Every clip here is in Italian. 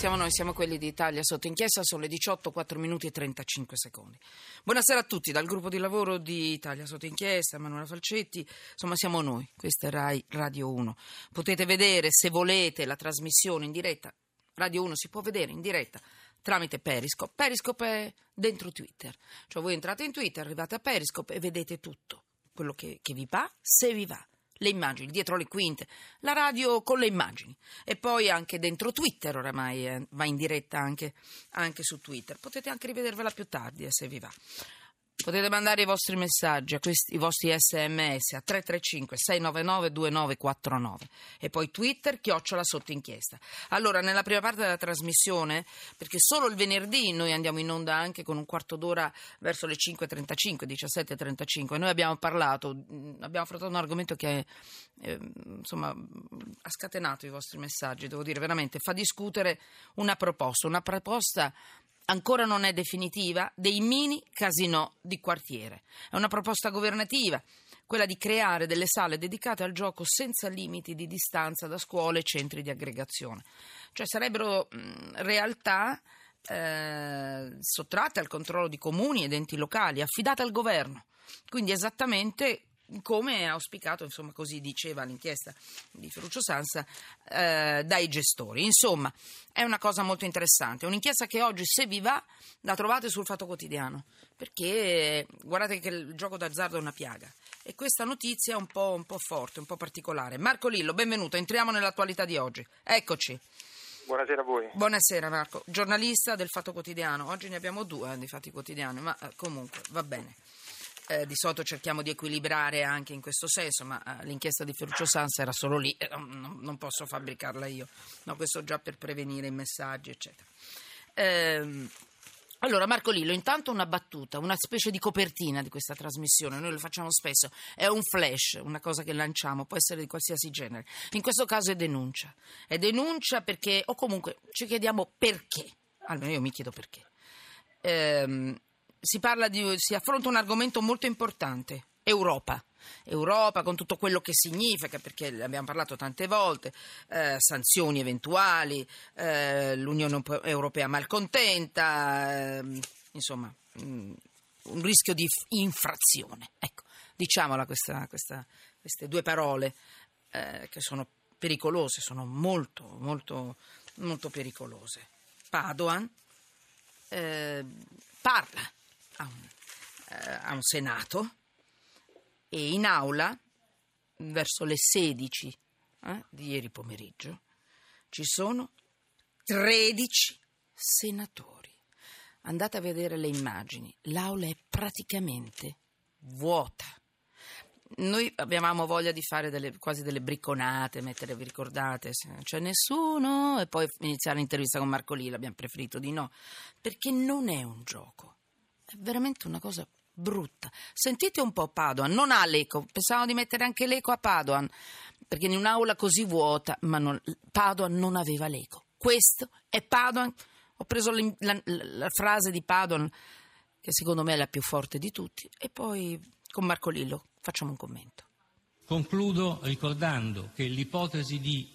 siamo noi, siamo quelli di Italia Sotto Inchiesta, sono le 18, 4 minuti e 35 secondi. Buonasera a tutti, dal gruppo di lavoro di Italia Sotto Inchiesta, Manuela Falcetti, insomma siamo noi, questa è Rai Radio 1. Potete vedere, se volete, la trasmissione in diretta, Radio 1 si può vedere in diretta tramite Periscope. Periscope è dentro Twitter, cioè voi entrate in Twitter, arrivate a Periscope e vedete tutto, quello che vi va, se vi va. Le immagini, dietro le quinte, la radio con le immagini. E poi anche dentro Twitter oramai va in diretta anche su Twitter. Potete anche rivedervela più tardi se vi va. Potete mandare i vostri messaggi, i vostri sms a 335-699-2949 e poi Twitter @sottoinchiesta. Allora, nella prima parte della trasmissione, perché solo il venerdì noi andiamo in onda anche con un quarto d'ora verso le 5.35, 17.35, noi abbiamo affrontato un argomento che insomma ha scatenato i vostri messaggi, devo dire, veramente fa discutere una proposta ancora non è definitiva, dei mini casinò di quartiere. È una proposta governativa, quella di creare delle sale dedicate al gioco senza limiti di distanza da scuole e centri di aggregazione. Cioè sarebbero realtà sottratte al controllo di comuni ed enti locali, affidate al governo. Quindi esattamente come auspicato, insomma, così diceva l'inchiesta di Ferruccio Sansa, dai gestori. Insomma, è una cosa molto interessante, un'inchiesta che oggi, se vi va, la trovate sul Fatto Quotidiano, perché guardate che il gioco d'azzardo è una piaga e questa notizia è un po' forte, un po' particolare. Marco Lillo, benvenuto, entriamo nell'attualità di oggi. Eccoci. Buonasera a voi. Buonasera Marco, giornalista del Fatto Quotidiano. Oggi ne abbiamo due di Fatti Quotidiani, ma comunque va bene. Di solito cerchiamo di equilibrare anche in questo senso, ma l'inchiesta di Ferruccio Sansa era solo lì, non posso fabbricarla io. No, questo già per prevenire i messaggi, eccetera. Allora, Marco Lillo, intanto una battuta, una specie di copertina di questa trasmissione, noi lo facciamo spesso, è un flash, una cosa che lanciamo, può essere di qualsiasi genere. In questo caso è denuncia perché, o comunque ci chiediamo perché, almeno io mi chiedo perché. Si affronta un argomento molto importante, Europa con tutto quello che significa, perché ne abbiamo parlato tante volte, sanzioni eventuali, l'Unione Europea malcontenta, insomma un rischio di infrazione, ecco, diciamola queste due parole che sono pericolose, sono molto molto molto pericolose. Padoan parla a un Senato e in aula verso le 16 di ieri pomeriggio ci sono 13 senatori. Andate a vedere le immagini, l'aula è praticamente vuota. Noi avevamo voglia di fare quasi delle bricconate, vi ricordate, se non c'è nessuno, e poi iniziare l'intervista con Marco Lillo. Abbiamo preferito di no, perché non è un gioco, è veramente una cosa brutta. Sentite un po' Padoan, non ha l'eco, pensavamo di mettere anche l'eco a Padoan, perché in un'aula così vuota, ma Padoan non aveva l'eco. Questo è Padoan. Ho preso la frase di Padoan, che secondo me è la più forte di tutti, e poi con Marco Lillo facciamo un commento. Concludo ricordando che l'ipotesi di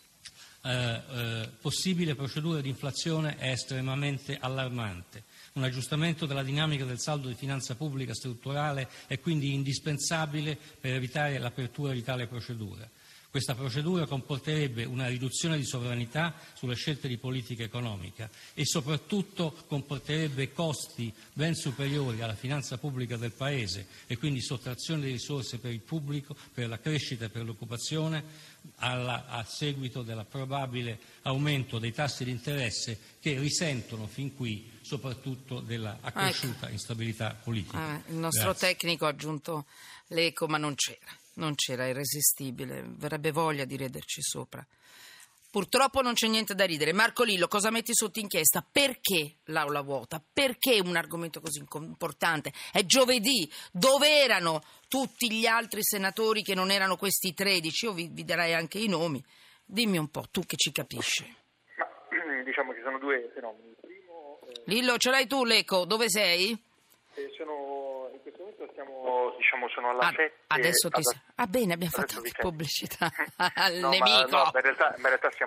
possibile procedura di inflazione è estremamente allarmante. Un aggiustamento della dinamica del saldo di finanza pubblica strutturale è quindi indispensabile per evitare l'apertura di tale procedura. Questa procedura comporterebbe una riduzione di sovranità sulle scelte di politica economica e soprattutto comporterebbe costi ben superiori alla finanza pubblica del Paese e quindi sottrazione di risorse per il pubblico, per la crescita e per l'occupazione a seguito del probabile aumento dei tassi di interesse che risentono fin qui soprattutto della accresciuta instabilità politica. Il nostro tecnico ha aggiunto l'eco, ma non c'era, irresistibile, verrebbe voglia di riderci sopra. Purtroppo non c'è niente da ridere. Marco Lillo, cosa metti sotto inchiesta? Perché l'aula vuota? Perché un argomento così importante? È giovedì, dove erano tutti gli altri senatori che non erano questi 13? Io vi darei anche i nomi. Dimmi un po', tu che ci capisci. Ma diciamo che sono due fenomeni. Il primo, Lillo, ce l'hai tu l'eco? Dove sei? In questo momento sono alla 7. Adesso bene, abbiamo fatto anche pubblicità al nemico. In realtà stiamo aspettando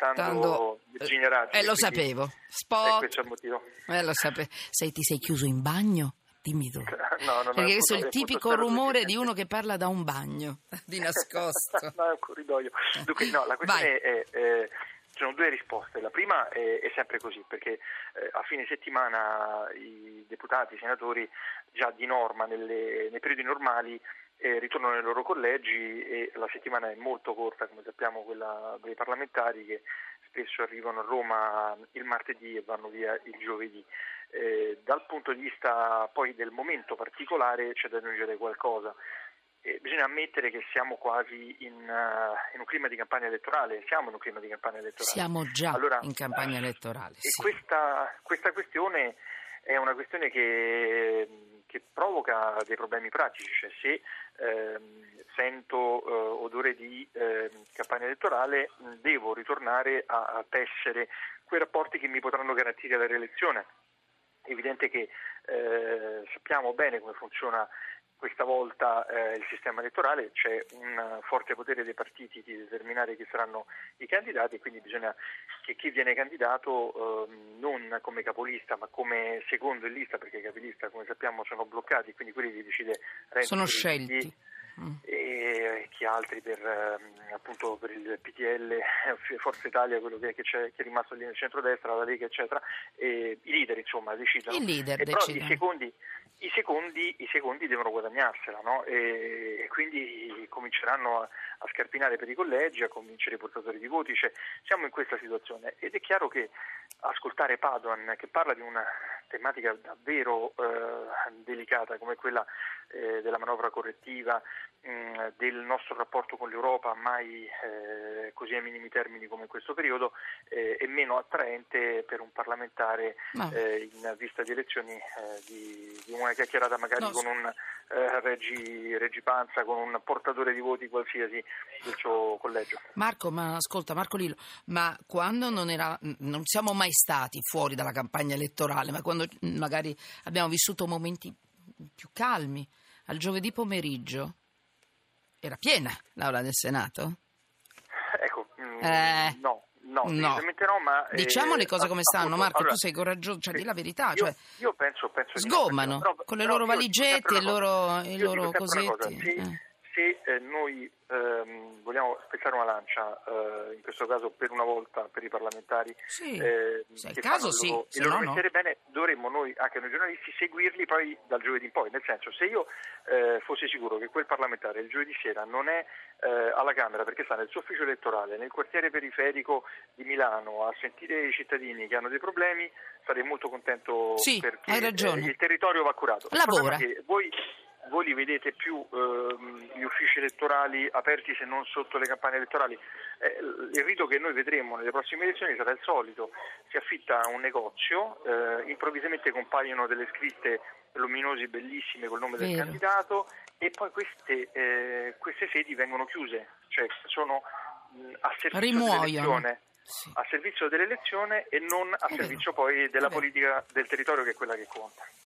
intervistando Virginia Raggi. Lo quindi sapevo. Spot. questo è il motivo. Lo sapevo. Ti sei chiuso in bagno? Dimmi tu. No, perché questo è il tipico rumore di uno che parla da un bagno, di nascosto. No, è un corridoio. Dunque, no, la questione è... Ci sono due risposte. La prima è sempre così, perché a fine settimana i deputati, i senatori, già di norma nei periodi normali ritornano nei loro collegi e la settimana è molto corta, come sappiamo, quella dei parlamentari, che spesso arrivano a Roma il martedì e vanno via il giovedì. Dal punto di vista poi del momento particolare c'è da aggiungere qualcosa. Bisogna ammettere che siamo quasi in un clima di campagna elettorale. Siamo in un clima di campagna elettorale. Siamo già in campagna elettorale. E sì. questa questione è una questione che provoca dei problemi pratici. Cioè, se sento odore di campagna elettorale, devo ritornare a tessere quei rapporti che mi potranno garantire la rielezione. È evidente che sappiamo bene come funziona questa volta il sistema elettorale, c'è un forte potere dei partiti di determinare chi saranno i candidati, e quindi bisogna che chi viene candidato non come capolista ma come secondo in lista, perché i capilista, come sappiamo, sono bloccati, quindi quelli li decide Renzi, sono scelti. E chi altri per il PDL, Forza Italia, quello che è rimasto lì nel centrodestra, la Lega, eccetera, e i leader insomma decidono. Però i secondi devono guadagnarsela, no? E quindi cominceranno a scarpinare per i collegi, a convincere i portatori di voti. Cioè, siamo in questa situazione ed è chiaro che ascoltare Padoan, che parla di una tematica davvero delicata come quella della manovra correttiva, del nostro rapporto con l'Europa mai così ai minimi termini come in questo periodo, è meno attraente per un parlamentare in vista di elezioni di una chiacchierata magari con un Reggi Panza, con un portatore di voti qualsiasi del suo collegio. Marco Lillo, ma quando non siamo mai stati fuori dalla campagna elettorale, ma quando magari abbiamo vissuto momenti più calmi, al giovedì pomeriggio era piena l'Aula del Senato? Ecco, no, evidentemente no, ma... Diciamo le cose come stanno, Marco, allora, tu sei coraggioso, cioè di la verità. Io penso sgommano, però, con le loro valigette e i loro cosetti. Se noi vogliamo spezzare una lancia, in questo caso per una volta per i parlamentari, se è il caso il loro mestiere bene, dovremmo noi, anche noi giornalisti, seguirli poi dal giovedì in poi. Nel senso, se io fossi sicuro che quel parlamentare il giovedì sera non è alla Camera perché sta nel suo ufficio elettorale, nel quartiere periferico di Milano, a sentire i cittadini che hanno dei problemi, sarei molto contento, perché hai ragione. Il territorio va curato. Lavora. Voi li vedete più gli uffici elettorali aperti, se non sotto le campagne elettorali. Il rito che noi vedremo nelle prossime elezioni sarà il solito: si affitta un negozio, improvvisamente compaiono delle scritte luminosi bellissime col nome del candidato, e poi queste sedi vengono chiuse, cioè sono a servizio dell'elezione. Sì. A servizio dell'elezione e non a servizio poi della politica del territorio, che è quella che conta.